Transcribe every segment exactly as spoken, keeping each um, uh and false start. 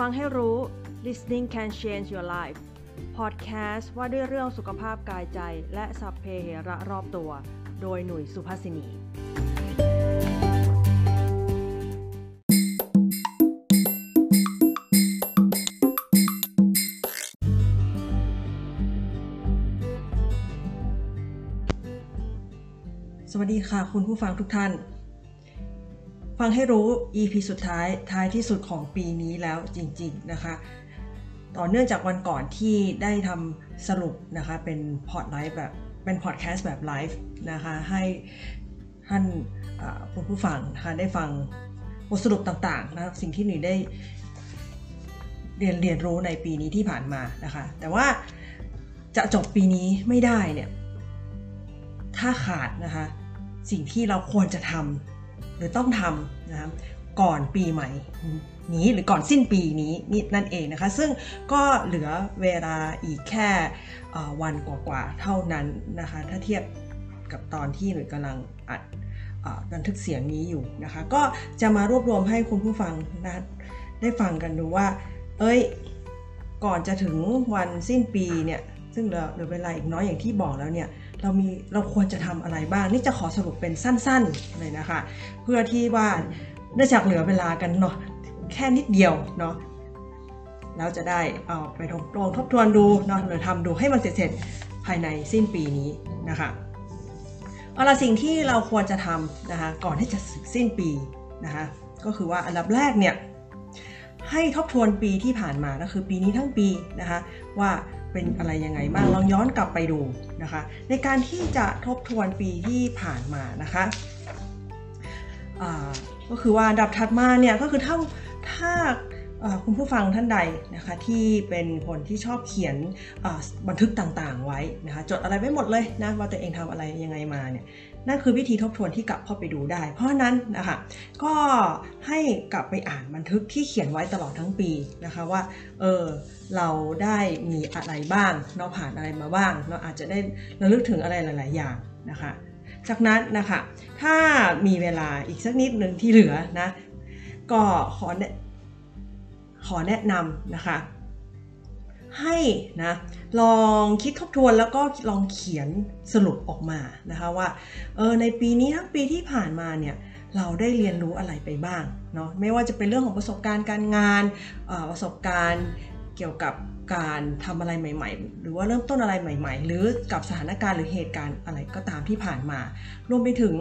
ฟังให้รู้ listening can change your life podcast ว่าด้วยเรื่องสุขภาพกายใจและสัพเพเหระรอบตัวโดยหนุ่ยสุภาสินีสวัสดีค่ะคุณผู้ฟังทุกท่านฟังให้รู้ อี พี สุดท้ายท้ายที่สุดของปีนี้แล้วจริงๆนะคะต่อเนื่องจากวันก่อนที่ได้ทำสรุปนะคะเป็นพอดไลฟ์แบบเป็นพอดแคสต์แบบไลฟ์นะคะให้ท่านคุณผู้ฟังนะคะได้ฟังบทสรุปต่างๆนะสิ่งที่หนูได้เรียนเรียนรู้ในปีนี้ที่ผ่านมานะคะแต่ว่าจะจบปีนี้ไม่ได้เนี่ยถ้าขาดนะคะสิ่งที่เราควรจะทำหรือต้องทำนะคะก่อนปีใหม่นี้หรือก่อนสิ้นปีนี้นี่นั่นเองนะคะซึ่งก็เหลือเวลาอีกแค่วันกว่าๆเท่านั้นนะคะถ้าเทียบกับตอนที่หนูกำลังอัดบันทึกเสียงนี้อยู่นะคะก็จะมารวบรวมให้คุณผู้ฟังนะได้ฟังกันดูว่าเอ้ยก่อนจะถึงวันสิ้นปีเนี่ยซึ่งเหลือเหลือเวลาอีกน้อยอย่างที่บอกแล้วเนี่ยเรามีเราควรจะทำอะไรบ้างนี่จะขอสรุปเป็นสั้นๆเลยนะคะเพื่อที่ว่าเนื่องจากเหลือเวลากันเนาะแค่นิดเดียวเนาะแล้วจะได้เอาไปทบทวนทบทวนดูเนาะหรือทำดูให้มันเสร็จๆภายในสิ้นปีนี้นะคะเอาล่ะสิ่งที่เราควรจะทำนะคะก่อนที่จะสิ้นปีนะคะก็คือว่าอันดับแรกเนี่ยให้ทบทวนปีที่ผ่านมาก็คือปีนี้ทั้งปีนะคะว่าเป็นอะไรยังไงบ้างลองย้อนกลับไปดูนะคะในการที่จะทบทวนปีที่ผ่านมานะคะก็คือว่าอันดับถัดมาเนี่ยก็คือถ้าถ้าคุณผู้ฟังท่านใดนะคะที่เป็นคนที่ชอบเขียนบันทึกต่างๆไว้นะคะจดอะไรไว้หมดเลยนะว่าตัวเองทำอะไรยังไงมาเนี่ยนั่นคือวิธีทบทวนที่กลับเข้าไปดูได้เพราะนั้นนะคะก็ให้กลับไปอ่านบันทึกที่เขียนไว้ตลอดทั้งปีนะคะว่าเออเราได้มีอะไรบ้างเราผ่านอะไรมาบ้างเราอาจจะได้ระลึกถึงอะไรหลายๆอย่างนะคะจากนั้นนะคะถ้ามีเวลาอีกสักนิดนึงที่เหลือนะก็ขอแนะขอแนะนำนะคะให้นะลองคิดทบทวนแล้วก็ลองเขียนสรุปออกมานะคะว่าเออในปีนี้ทั้งปีที่ผ่านมาเนี่ยเราได้เรียนรู้อะไรไปบ้างเนาะไม่ว่าจะเป็นเรื่องของประสบการณ์การงานประสบการณ์เกี่ยวกับการทำอะไรใหม่ๆหรือว่าเริ่มต้นอะไรใหม่ๆหรือกับสถานการณ์หรือเหตุการณ์อะไรก็ตามที่ผ่านมารวมไปถึง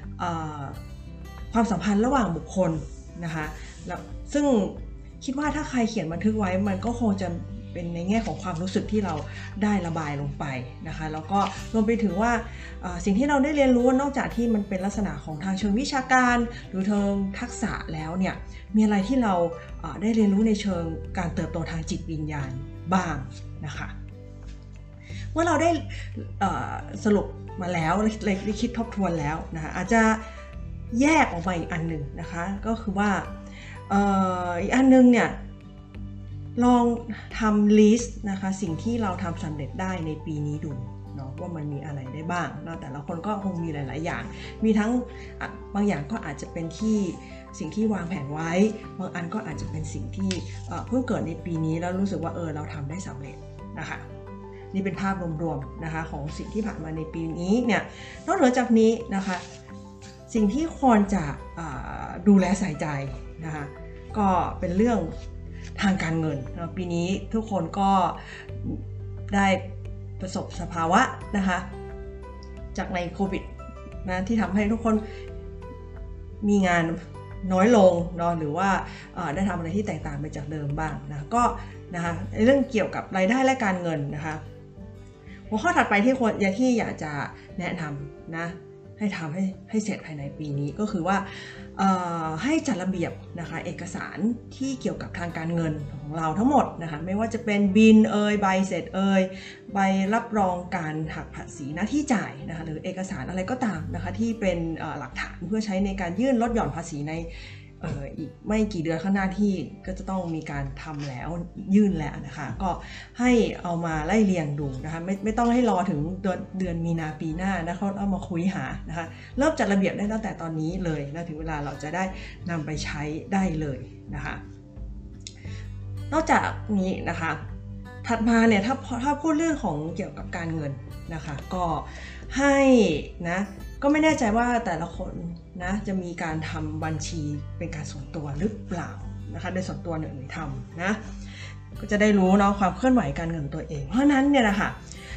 ความสัมพันธ์ระหว่างบุคคลนะคะแล้วซึ่งคิดว่าถ้าใครเขียนบันทึกไว้มันก็คงจะเป็นในแง่ของความรู้สึกที่เราได้ระบายลงไปนะคะแล้วก็รวมไปถึงว่าสิ่งที่เราได้เรียนรู้นอกจากที่มันเป็นลักษณะของทางเชิงวิชาการหรือเชิงทักษะแล้วเนี่ยมีอะไรที่เราได้เรียนรู้ในเชิงการเติบโตทางจิตวิญญาณบ้างนะคะเมื่อเราได้สรุปมาแล้วเลยได้คิดทบทวนแล้วนะคะอาจจะแยกออกมาอีกอันหนึ่งนะคะก็คือว่าอีกอันนึงเนี่ยลองทำลิสต์นะคะสิ่งที่เราทำสำเร็จได้ในปีนี้ดูเนาะว่ามันมีอะไรได้บ้างเนาะแต่ละคนก็คงมีหลายๆอย่างมีทั้งบางอย่างก็อาจจะเป็นที่สิ่งที่วางแผนไว้บางอันก็อาจจะเป็นสิ่งที่เพิ่งเกิดในปีนี้แล้วรู้สึกว่าเออเราทำได้สำเร็จนะคะนี่เป็นภาพรวมๆนะคะของสิ่งที่ผ่านมาในปีนี้เนี่ยนอกเหนือจากนี้นะคะสิ่งที่ควรจะดูแลใส่ใจนะคะก็เป็นเรื่องทางการเงินปีนี้ทุกคนก็ได้ประสบสภาวะนะคะจากในโควิดนะที่ทำให้ทุกคนมีงานน้อยลงเนาะหรือว่าได้ทำอะไรที่แตกต่างไปจากเดิมบ้างนะก็นะคะเรื่องเกี่ยวกับรายได้และการเงินนะคะหัวข้อถัดไปที่ควรที่อยากจะแนะนำนะให้ทำให้ให้เสร็จภายในปีนี้ก็คือว่าให้จัดระเบียบนะคะเอกสารที่เกี่ยวกับทางการเงินของเราทั้งหมดนะคะไม่ว่าจะเป็นบิลเอยใบเสร็จเอยใบรับรองการหักภาษีหน้าที่จ่ายนะคะหรือเอกสารอะไรก็ตามนะคะที่เป็นหลักฐานเพื่อใช้ในการยื่นลดหย่อนภาษีใน เอ่ออีกไม่กี่เดือนข้างหน้าที่ก็จะต้องมีการทำแล้วยื่นแล้วนะคะก็ให้เอามาไล่เรียงดูนะคะไม่ไม่ต้องให้รอถึงเดือนเดือนมีนาปีหน้านะเขาเอามาคุยหานะคะเริ่มจัดระเบียบได้ตั้งแต่ตอนนี้เลยนะถึงเวลาเราจะได้นำไปใช้ได้เลยนะคะนอกจากนี้นะคะถัดมาเนี่ยถ้าถ้าพูดเรื่องของเกี่ยวกับการเงินนะคะก็ให้นะก็ไม่แน่ใจว่าแต่ละคนนะจะมีการทำบัญชีเป็นการส่วนตัวหรือเปล่านะคะโดยส่วนตัวเนี่ยหนูทำนะก็จะได้รู้เนาะความเคลื่อนไหวการเงินตัวเองเพราะนั้นเนี่ยนะคะ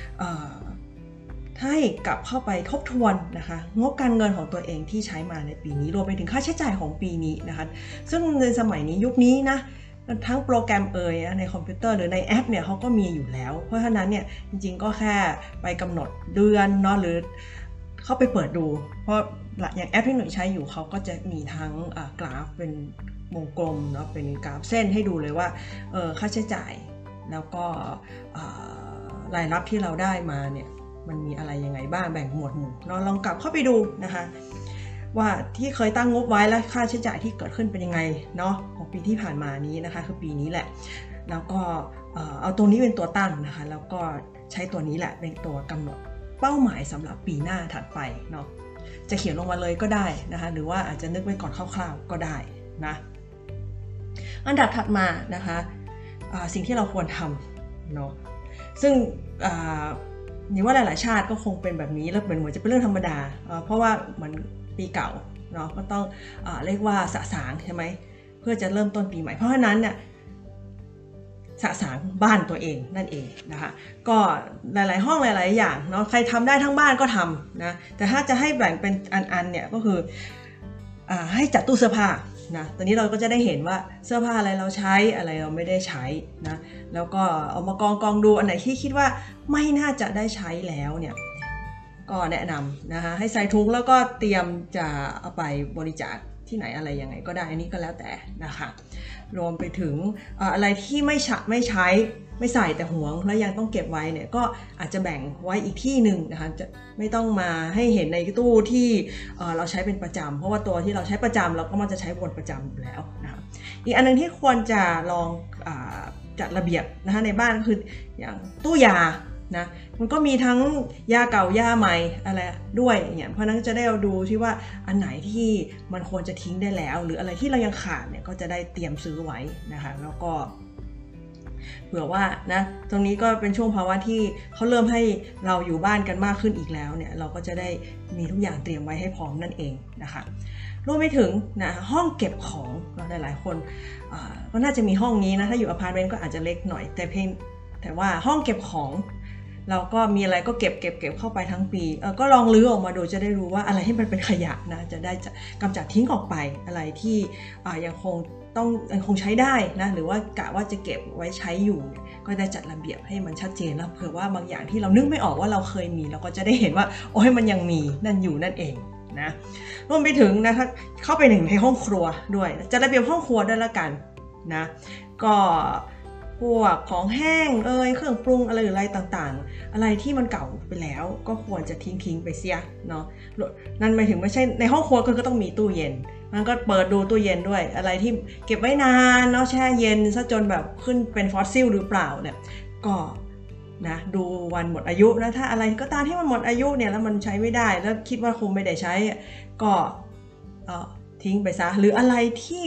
ให้กลับเข้าไปทบทวนนะคะงบการเงินของตัวเองที่ใช้มาในปีนี้รวมไปถึงค่าใช้จ่ายของปีนี้นะคะซึ่งในสมัยนี้ยุคนี้นะทั้งโปรแกรมเอ่ยในคอมพิวเตอร์หรือในแอปเนี่ยเขาก็มีอยู่แล้วเพราะฉะนั้นเนี่ยจริงๆก็แค่ไปกำหนดเดือนเนาะหรือเข้าไปเปิดดูเพราะอย่างแอปที่หนูใช้อยู่เขาก็จะมีทั้งกราฟเป็นวงกลมเนาะเป็นกราฟเส้นให้ดูเลยว่าค่าใช้จ่ายแล้วก็รายรับที่เราได้มาเนี่ยมันมีอะไรยังไงบ้างแบ่งหมวดหมู่เราลองกลับเข้าไปดูนะคะว่าที่เคยตั้งงบไว้แล้วค่าใช้จ่ายที่เกิดขึ้นเป็นยังไงเนาะของปีที่ผ่านมานี้นะคะคือปีนี้แหละแล้วก็เอาตรงนี้เป็นตัวตั้งนะคะแล้วก็ใช้ตัวนี้แหละเป็นตัวกำหนดเป้าหมายสำหรับปีหน้าถัดไปเนาะจะเขียนลงมาเลยก็ได้นะคะหรือว่าอาจจะนึกไว้ก่อนคร่าวๆก็ได้นะอันดับถัดมานะคะสิ่งที่เราควรทำเนาะซึ่งนี่ว่าหลายๆชาติก็คงเป็นแบบนี้แล้วเหมือนเหมือนจะเป็นเรื่องธรรมดาเพราะว่าเหมือนปีเก่าเนาะก็ต้องเอ่อเรียกว่าสะสางใช่ไหมเพื่อจะเริ่มต้นปีใหม่เพราะฉะนั้นเนี่ยสะสางบ้านตัวเองนั่นเองนะคะก็หลายๆห้องหลายๆอย่างเนาะใครทำได้ทั้งบ้านก็ทำนะแต่ถ้าจะให้แบ่งเป็นอันๆเนี่ยก็คืออ่าให้จัดตู้เสื้อผ้านะตอนนี้เราก็จะได้เห็นว่าเสื้อผ้าอะไรเราใช้อะไรเราไม่ได้ใช้นะแล้วก็เอามากองกองดูอันไหนที่คิดว่าไม่น่าจะได้ใช้แล้วเนี่ยก็แนะนำนะคะให้ใส่ถุงแล้วก็เตรียมจะเอาไปบริจาคที่ไหนอะไรยังไงก็ได้อันนี้ก็แล้วแต่นะคะรวมไปถึงอะไรที่ไม่ใช้ไม่ใช้ไม่ใส่แต่หวงแล้วยังต้องเก็บไว้เนี่ยก็อาจจะแบ่งไว้อีกที่หนึ่งนะคะจะไม่ต้องมาให้เห็นในตู้ที่เราใช้เป็นประจำเพราะว่าตัวที่เราใช้ประจำเราก็มันจะใช้วนประจำอยู่แล้วนะคะอีกอันนึงที่ควรจะลองจัดระเบียบนะคะในบ้านคืออย่างตู้ยานะมันก็มีทั้งยาเก่ายาใหม่อะไรด้วยเนี่ยเพราะนั้นจะได้เอาดูที่ว่าอันไหนที่มันควรจะทิ้งได้แล้วหรืออะไรที่เรายังขาดเนี่ยก็จะได้เตรียมซื้อไว้นะคะแล้วก็เผื่อว่านะตรงนี้ก็เป็นช่วงภาวะที่เขาเริ่มให้เราอยู่บ้านกันมากขึ้นอีกแล้วเนี่ยเราก็จะได้มีทุกอย่างเตรียมไว้ให้พร้อมนั่นเองนะคะรวมไปถึงนะห้องเก็บของเราหลายๆคนก็น่าจะมีห้องนี้นะถ้าอยู่อพาร์ตเมนต์ก็อาจจะเล็กหน่อยแต่เพียงแต่ว่าห้องเก็บของเราก็มีอะไรก็เก็บเก็บเก็บเข้าไปทั้งปีเออก็ลองลื้อออกมาดูจะได้รู้ว่าอะไรที่มันเป็นขยะนะจะได้จะกำจัดทิ้งออกไปอะไรที่ยังคงต้องยังคงใช้ได้นะหรือว่ากะว่าจะเก็บไว้ใช้อยู่ก็ได้จัดระเบียบให้มันชัดเจนแล้วเผื่อว่าบางอย่างที่เรานึกไม่ออกว่าเราเคยมีเราก็จะได้เห็นว่าโอ้ยมันยังมีนั่นอยู่นั่นเองนะรวมไปถึงนะคะเข้าไปหนึ่งในห้องครัวด้วยจัดระเบียบห้องครัวด้วยละกันนะก็พวกของแห้งเอ่ยเครื่องปรุงอะไรหรืออะไรต่างๆอะไรที่มันเก่าไปแล้วก็ควรจะทิ้งทิ้งไปเสียเนาะนั่นหมายถึงไม่ใช่ในห้องครัวก็ต้องมีตู้เย็นมันก็เปิดดูตู้เย็นด้วยอะไรที่เก็บไว้นานเนาะแช่เย็นซะจนแบบขึ้นเป็นฟอสซิลหรือเปล่าเนี่ยก็นะดูวันหมดอายุนะถ้าอะไรก็ตามที่มันหมดอายุเนี่ยแล้วมันใช้ไม่ได้แล้วคิดว่าคงไม่ได้ใช้ก็ทิ้งไปซะหรืออะไรที่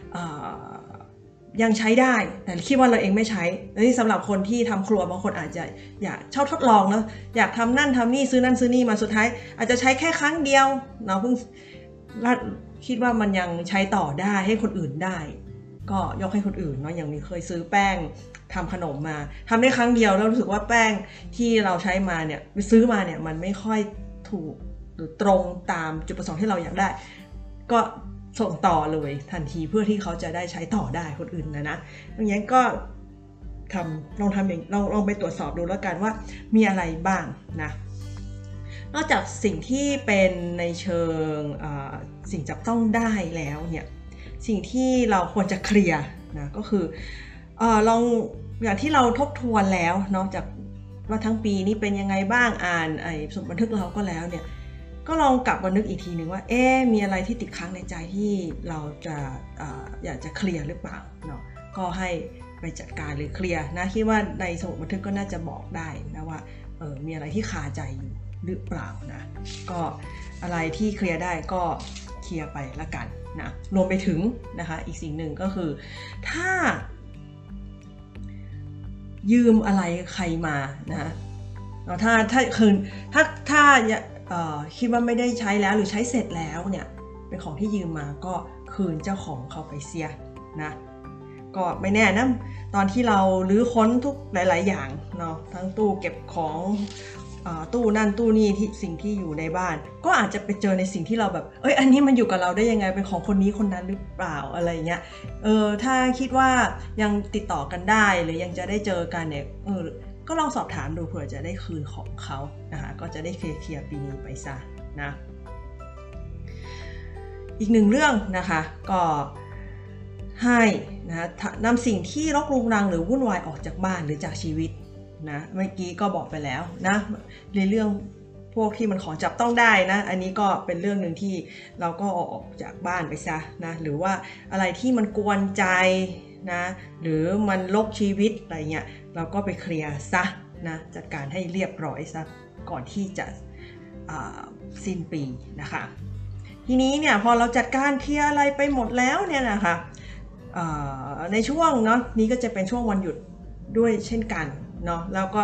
ยังใช้ได้แต่คิดว่าเราเองไม่ใช้และนี่สำหรับคนที่ทำครัวบางคนอาจจะอยากชอบทดลองเนาะอยากทำนั่นทำนี่ซื้อนั่นซื้อนี่มาสุดท้ายอาจจะใช้แค่ครั้งเดียวเนาะเพิ่งคิดว่ามันยังใช้ต่อได้ให้คนอื่นได้ก็ยกให้คนอื่นเนาะอย่างนี้เคยซื้อแป้งทำขนมมาทำได้ครั้งเดียวแล้วรู้สึกว่าแป้งที่เราใช้มาเนี่ยไปซื้อมาเนี่ยมันไม่ค่อยถูกหรือตรงตามจุดประสงค์ที่เราอยากได้ก็ส่งต่อเลยทันทีเพื่อที่เขาจะได้ใช้ต่อได้คนอื่นนะนะอย่างนี้ก็ทำลองทำอย่างลองลองไปตรวจสอบดูแล้วกันว่ามีอะไรบ้างนะนอกจากสิ่งที่เป็นในเชิงสิ่งจับต้องได้แล้วเนี่ยสิ่งที่เราควรจะเคลียร์นะก็คือเอ่อลองอย่างที่เราทบทวนแล้วเนาะจากว่าทั้งปีนี้เป็นยังไงบ้างอ่านไอ้สมุดบันทึกเราก็แล้วเนี่ยก็ลองกลับมานึกอีกทีหนึ่งว่าเอ๊ะมีอะไรที่ติดค้างในใจที่เราจะอ่าอยากจะเคลียร์หรือเปล่าเนาะก็ให้ไปจัดการหรือเคลียร์นะคิดว่าในสมุดบันทึกก็น่าจะบอกได้นะว่าเออมีอะไรที่คาใจอยู่หรือเปล่านะก็อะไรที่เคลียร์ได้ก็เคลียร์ไปละกันนะรวมไปถึงนะคะอีกสิ่งหนึ่งก็คือถ้ายืมอะไรใครมานะถ้าถ้าคืนถ้าถ้าคิดว่าไม่ได้ใช้แล้วหรือใช้เสร็จแล้วเนี่ยเป็นของที่ยืมมาก็คืนเจ้าของเขาไปเสียนะก็ไม่แน่นะตอนที่เราลื้อค้นทุกหลายๆอย่างเนาะทั้งตู้เก็บของตู้นั่นตู้นี่ที่สิ่งที่อยู่ในบ้านก็อาจจะไปเจอในสิ่งที่เราแบบเอ้ยอันนี้มันอยู่กับเราได้ยังไงเป็นของคนนี้คนนั้นหรือเปล่าอะไรเงี้ยเออถ้าคิดว่ายังติดต่อกันได้หรือยังจะได้เจอกันเนี่ยเออก็ลองสอบถามดูเผื่อจะได้คืนของเขานะคะก็จะได้เคลียร์ปีนี้ไปซะนะอีกหนึ่งเรื่องนะคะก็ให้นะนำสิ่งที่รกรุงรังหรือวุ่นวายออกจากบ้านหรือจากชีวิตนะเมื่อกี้ก็บอกไปแล้วนะในเรื่องพวกที่มันของจับต้องได้นะอันนี้ก็เป็นเรื่องหนึ่งที่เราก็ออกจากบ้านไปซะนะหรือว่าอะไรที่มันกวนใจนะหรือมันรกชีวิตอะไรเงี้ยเราก็ไปเคลียร์ซะนะจัดการให้เรียบร้อยซะก่อนที่จะสิ้นปีนะคะทีนี้เนี่ยพอเราจัดการเคลียร์อะไรไปหมดแล้วเนี่ยนะคะในช่วงเนาะนี้ก็จะเป็นช่วงวันหยุดด้วยเช่นกันเนาะแล้วก็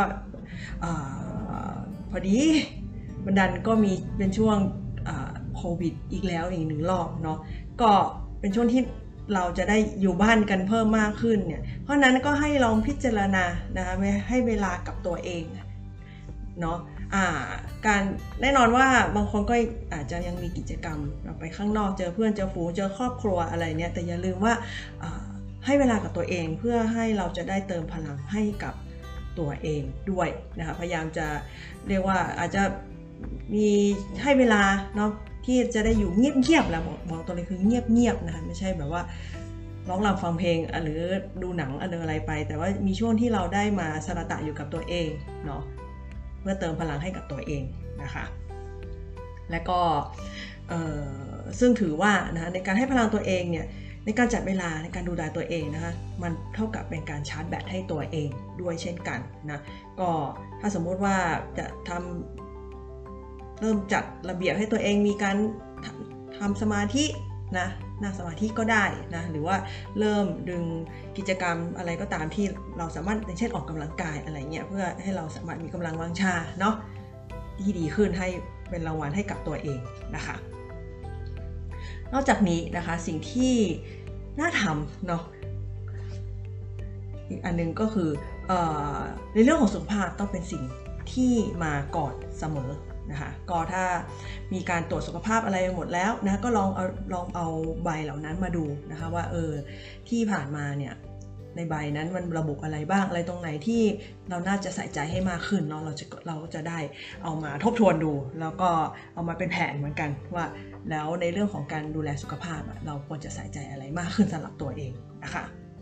พอดีบันดันก็มีเป็นช่วงโควิดอีกแล้วอีกหนึ่งรอบเนาะก็เป็นช่วงที่เราจะได้อยู่บ้านกันเพิ่มมากขึ้นเนี่ยเพราะนั้นก็ให้ลองพิจารณานะคะให้เวลากับตัวเองเนาะการแน่นอนว่าบางคนก็อาจจะยังมีกิจกรรมไปข้างนอกเจอเพื่อนเจอฝูงเจอครอบครัวอะไรเนี่ยแต่อย่าลืมว่าให้เวลากับตัวเองเพื่อให้เราจะได้เติมพลังให้กับตัวเองด้วยนะคะพยายามจะเรียกว่าอาจจะมีให้เวลาเนาะที่จะได้อยู่เงียบๆแล้วบอกบอกตัวเลยคือเงียบๆนะคะไม่ใช่แบบว่าร้องรำฟังเพลงหรือดูหนังอะไรไปแต่ว่ามีช่วงที่เราได้มาสระตะอยู่กับตัวเองเนาะเพื่อเติมพลังให้กับตัวเองนะคะและก็ซึ่งถือว่านะคะในการให้พลังตัวเองเนี่ยในการจัดเวลาในการดูแลตัวเองนะคะมันเท่ากับเป็นการชาร์จแบตให้ตัวเองด้วยเช่นกันนะก็ถ้าสมมุติว่าจะทำเริ่มจัดระเบียบให้ตัวเองมีการทำสมาธินะนั่งสมาธิก็ได้นะหรือว่าเริ่มดึงกิจกรรมอะไรก็ตามที่เราสามารถอย่างเช่นออกกำลังกายอะไรเงี้ยเพื่อให้เราสามารถมีกำลังวังชาเนาะที่ดีขึ้นให้เป็นรางวัลให้กับตัวเองนะคะนอกจากนี้นะคะสิ่งที่น่าทำเนาะอีกอันนึงก็คือเอ่อในเรื่องของสุขภาพต้องเป็นสิ่งที่มาก่อนเสมอนะคะก็ถ้ามีการตรวจสุขภาพอะไรหมดแล้วนะก็ลองเอาลองเอาใบเหล่านั้นมาดูนะคะว่าเออที่ผ่านมาเนี่ยในใบนั้นมันระบุอะไรบ้างอะไรตรงไหนที่เราน่าจะใส่ใจให้มากขึ้นเนาะเราจะเราจะได้เอามาทบทวนดูแล้วก็เอามาเป็นแผนเหมือนกันว่าแล้วในเรื่องของการดูแลสุขภาพเราควรจะใส่ใจอะไรมากขึ้นสำหรับตัวเองนะคะ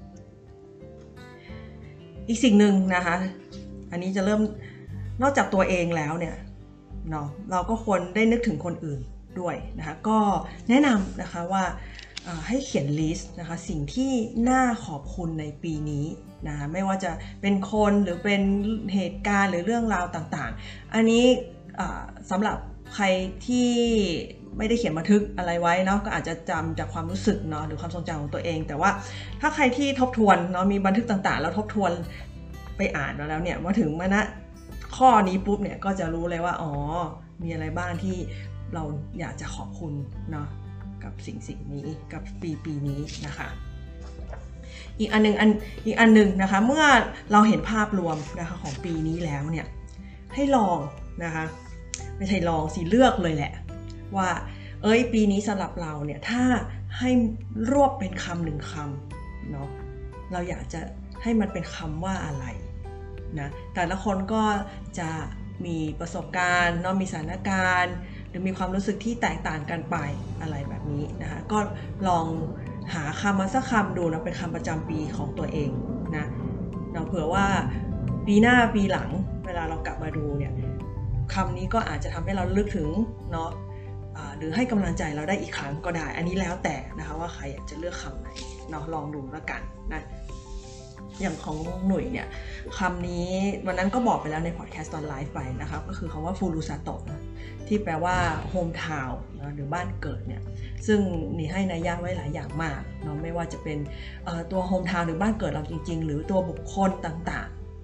อีกสิ่งหนึ่งนะคะอันนี้จะเริ่มนอกจากตัวเองแล้วเนี่ยเนาะเราก็ควรได้นึกถึงคนอื่นด้วยนะคะก็แนะนำนะคะว่าให้เขียนลิสต์นะคะสิ่งที่น่าขอบคุณในปีนี้นะคะไม่ว่าจะเป็นคนหรือเป็นเหตุการณ์หรือเรื่องราวต่างๆอันนี้สำหรับใครที่ไม่ได้เขียนบันทึกอะไรไว้เนาะก็อาจจะจำจากความรู้สึกเนาะหรือความทรงจำของตัวเองแต่ว่าถ้าใครที่ทบทวนเนาะมีบันทึกต่างๆแล้วทบทวนไปอ่านมาแล้วเนี่ยมาถึงมาณข้อนี้ปุ๊บเนี่ยก็จะรู้เลยว่าอ๋อมีอะไรบ้างที่เราอยากจะขอบคุณเนาะกับสิ่งสิ่งนี้กับปีปีนี้นะคะอีกอันนึงอันอีกอันนึงนะคะเมื่อเราเห็นภาพรวมนะคะของปีนี้แล้วเนี่ยให้ลองนะคะไม่ใช่ลองสิเลือกเลยแหละว่าเอ้ยปีนี้สำหรับเราเนี่ยถ้าให้รวบเป็นคำหนึ่งคำเนาะเราอยากจะให้มันเป็นคำว่าอะไรนะแต่ละคนก็จะมีประสบการณ์เนาะมีสถานการณ์หรือมีความรู้สึกที่แตกต่างกันไปอะไรแบบนี้นะคะก็ลองหาคำมาสักคำดูนะเป็นคำประจำปีของตัวเองนะเราเผื่อว่าปีหน้าปีหลังเวลาเรากลับมาดูเนี่ยคำนี้ก็อาจจะทำให้เราลึกถึงเนาะหรือให้กำลังใจเราได้อีกครั้งก็ได้อันนี้แล้วแต่นะคะว่าใครอยากจะเลือกคำไหนเนาะลองดูแล้วกันนะอย่างของหนุ่ยเนี่ยคำนี้วันนั้นก็บอกไปแล้วในพอดแคสต์ตอนไลฟ์ไปนะคะก็คือคำว่าฟูรุซาโตะนะที่แปลว่าโฮมทาวน์นะหรือบ้านเกิดเนี่ยซึ่งนี่ให้นัยยะไว้หลายอย่างมากเนาะไม่ว่าจะเป็นตัวโฮมทาวน์หรือบ้านเกิดเราจริงๆหรือตัวบุคคลต่างๆ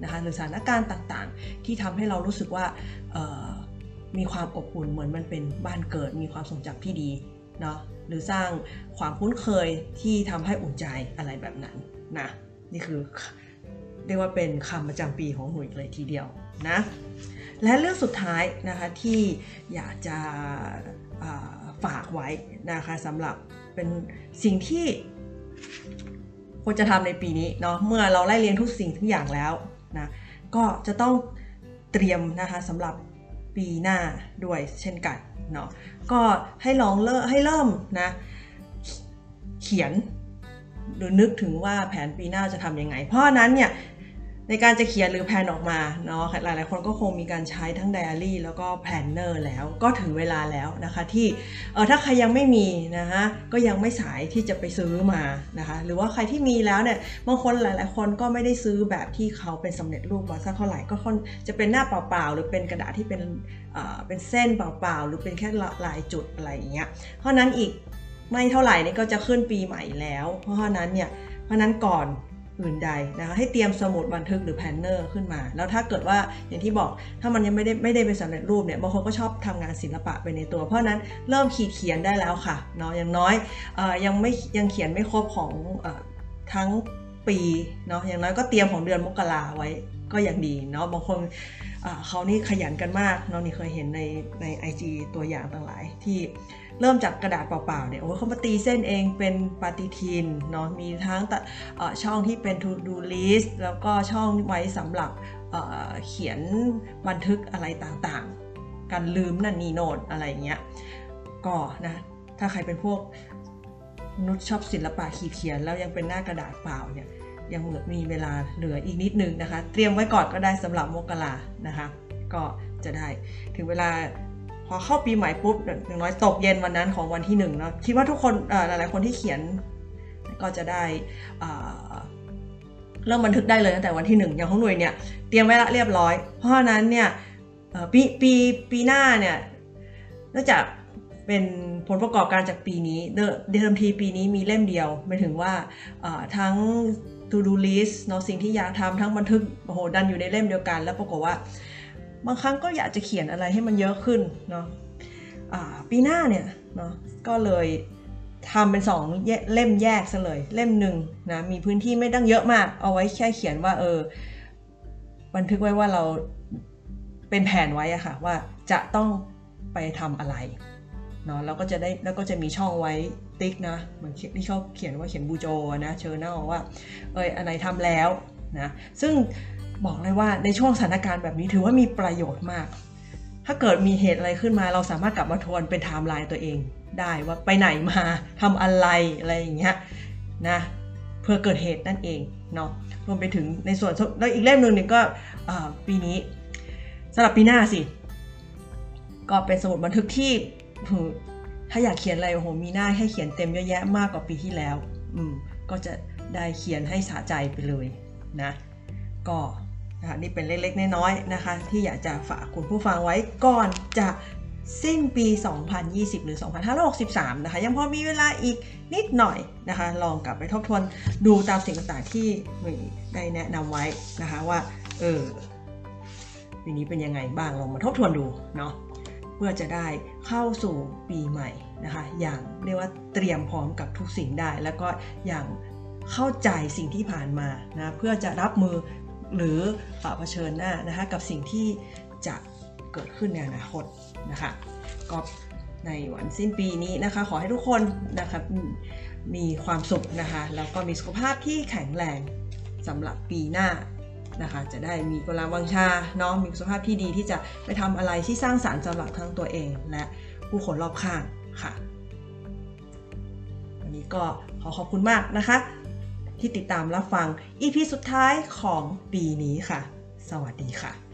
นะคะหรือสถานการณ์ต่างๆที่ทำให้เรารู้สึกว่ามีความอบอุ่นเหมือนมันเป็นบ้านเกิดมีความทรงจำที่ดีเนาะหรือสร้างความคุ้นเคยที่ทำให้อุ่นใจอะไรแบบนั้นนะนี่คือเรียกว่าเป็นคำประจำปีของหนุ่ยเลยทีเดียวนะและเรื่องสุดท้ายนะคะที่อยากจะฝากไว้นะคะสำหรับเป็นสิ่งที่ควรจะทำในปีนี้เนาะเมื่อเราไล่เรียนทุกสิ่งทุกอย่างแล้วนะก็จะต้องเตรียมนะคะสำหรับปีหน้าด้วยเช่นกันเนาะก็ให้ลองเริ่มให้เริ่มนะเขียนหรือนึกถึงว่าแผนปีหน้าจะทำยังไงเพราะนั้นเนี่ยในการจะเขียนหรือแพลนออกมาเนาะหลายๆคนก็คงมีการใช้ทั้งไดอารี่แล้วก็แพลนเนอร์แล้วก็ถึงเวลาแล้วนะคะที่เออถ้าใครยังไม่มีนะคะก็ยังไม่สายที่จะไปซื้อมานะคะหรือว่าใครที่มีแล้วเนี่ยบางคนหลายๆคนก็ไม่ได้ซื้อแบบที่เขาเป็นสำเร็จรูปมาสักเท่าไหร่ก็ค่อนจะเป็นหน้าเปล่าๆหรือเป็นกระดาษที่เป็นเอ่อเป็นเส้นเปล่าๆหรือเป็นแค่ลายจุดอะไรอย่างเงี้ยเพราะนั้นอีกไม่เท่าไหร่นี่ก็จะขึ้นปีใหม่แล้วเพราะฉะนั้นเนี่ยเพราะนั้นก่อนอื่นใดนะคะให้เตรียมสมุดบันทึกหรือแพลนเนอร์ขึ้นมาแล้วถ้าเกิดว่าอย่างที่บอกถ้ามันยังไม่ได้ไม่ได้เป็นสำเร็จรูปเนี่ยบางคนก็ชอบทำงานศิลปะไปในตัวเพราะนั้นเริ่มขีดเขียนได้แล้วค่ะเนาะอย่างน้อยเอ่อยังไม่ยังเขียนไม่ครบของเอ่อทั้งปีเนาะอย่างน้อยก็เตรียมของเดือนมกราไว้ก็ยังดีเนาะบางคนเขานี่ขยันกันมากเนาะนี่เคยเห็นในใน ไอ จี ตัวอย่างต่างหลายที่เริ่มจากกระดาษเปล่าๆเนี่ยโอ้เขามาตีเส้นเองเป็นปฏิทินเนาะมีทั้งช่องที่เป็น to do list แล้วก็ช่องไว้สำหรับเเขียนบันทึกอะไรต่างๆการลืมนั่นนี่โน้ตอะไรเงี้ยก็นะถ้าใครเป็นพวกนุชชอบศิลปะขีดเขียนแล้วยังเป็นหน้ากระดาษเปล่าเนี่ยยังมีเวลาเหลืออีกนิดนึงนะคะเตรียมไว้ก่อนก็ได้สำหรับมกรานะคะก็จะได้ถึงเวลาพอเข้าปีใหม่ปุ๊บอย่างน้อยตกเย็นวันนั้นของวันที่หนึ่งเนาะคิดว่าทุกคนหลายๆคนที่เขียนก็จะได้เริ่มบันทึกได้เลยตั้งแต่วันที่หนึ่งอย่างของหน่วยเนี่ยเตรียมไว้ละเรียบร้อยเพราะฉะนั้นเนี่ยปีปีปีหน้าเนี่ยนอกจากเป็นผลประกอบการจากปีนี้เดิมทีปีนี้มีเล่มเดียวหมายถึงว่าทั้ง to do list เนาะสิ่งที่อยากทำทั้งบันทึกโอ้โหดันอยู่ในเล่มเดียวกันแล้วปรากฏว่าบางครั้งก็อยากจะเขียนอะไรให้มันเยอะขึ้นเนาะปีหน้าเนี่ยเนาะก็เลยทำเป็นสองเล่มแยกซะเลยเล่มหนึ่งนะมีพื้นที่ไม่ตั้งเยอะมากเอาไว้แค่เขียนว่าเออบันทึกไว้ว่าเราเป็นแผนไว้อะค่ะว่าจะต้องไปทำอะไรเนาะแล้วก็จะได้แล้วก็จะมีช่องไว้ติ๊กนะเหมือนที่เขาเขียนว่าเขียนบูโจนะเชิญหน้าว่าเอออันไหนทำแล้วนะซึ่งบอกเลยว่าในช่วงสถานการณ์แบบนี้ถือว่ามีประโยชน์มากถ้าเกิดมีเหตุอะไรขึ้นมาเราสามารถกลับมาทวนเป็นไทม์ไลน์ตัวเองได้ว่าไปไหนมาทำอะไรอะไรอย่างเงี้ยนะเพื่อเกิดเหตุนั่นเองเนาะรวมไปถึงในส่วนแล้วอีกเล่มหนึ่งเนี่ยก็ปีนี้สำหรับปีหน้าสิก็เป็นสมุดบันทึกที่ถ้าอยากเขียนอะไรโอ้โหมีหน้าให้เขียนเต็มเยอะแยะมากกว่าปีที่แล้วอืมก็จะได้เขียนให้สะใจไปเลยนะก็นะคะนี่เป็นเล็กๆน้อยๆนะคะที่อยากจะฝากคุณผู้ฟังไว้ก่อนจะสิ้นปีสองพันยี่สิบหรือสองพันห้าร้อยหกสิบสามนะคะยังพอมีเวลาอีกนิดหน่อยนะคะลองกลับไปทบทวนดูตามสิ่งต่างๆที่มีได้แนะนำไว้นะคะว่าเออปีนี้เป็นยังไงบ้างลองมาทบทวนดูเนาะเพื่อจะได้เข้าสู่ปีใหม่นะคะอย่างเรียกว่าเตรียมพร้อมกับทุกสิ่งได้แล้วก็อย่างเข้าใจสิ่งที่ผ่านมานะเพื่อจะรับมือหรือเผชิญหน้านะคะกับสิ่งที่จะเกิดขึ้นในอนาคตนะคะก็ในวันสิ้นปีนี้นะคะขอให้ทุกคนนะคะมีความสุขนะคะแล้วก็มีสุขภาพที่แข็งแรงสำหรับปีหน้านะคะจะได้มีกำลังวังชาเนาะมีสุขภาพที่ดีที่จะไปทำอะไรที่สร้างสรรค์สำหรับทั้งตัวเองและผู้คนรอบข้างค่ะวันนี้ก็ขอขอบคุณมากนะคะที่ติดตามรับฟัง อี พี สุดท้ายของปีนี้ค่ะสวัสดีค่ะ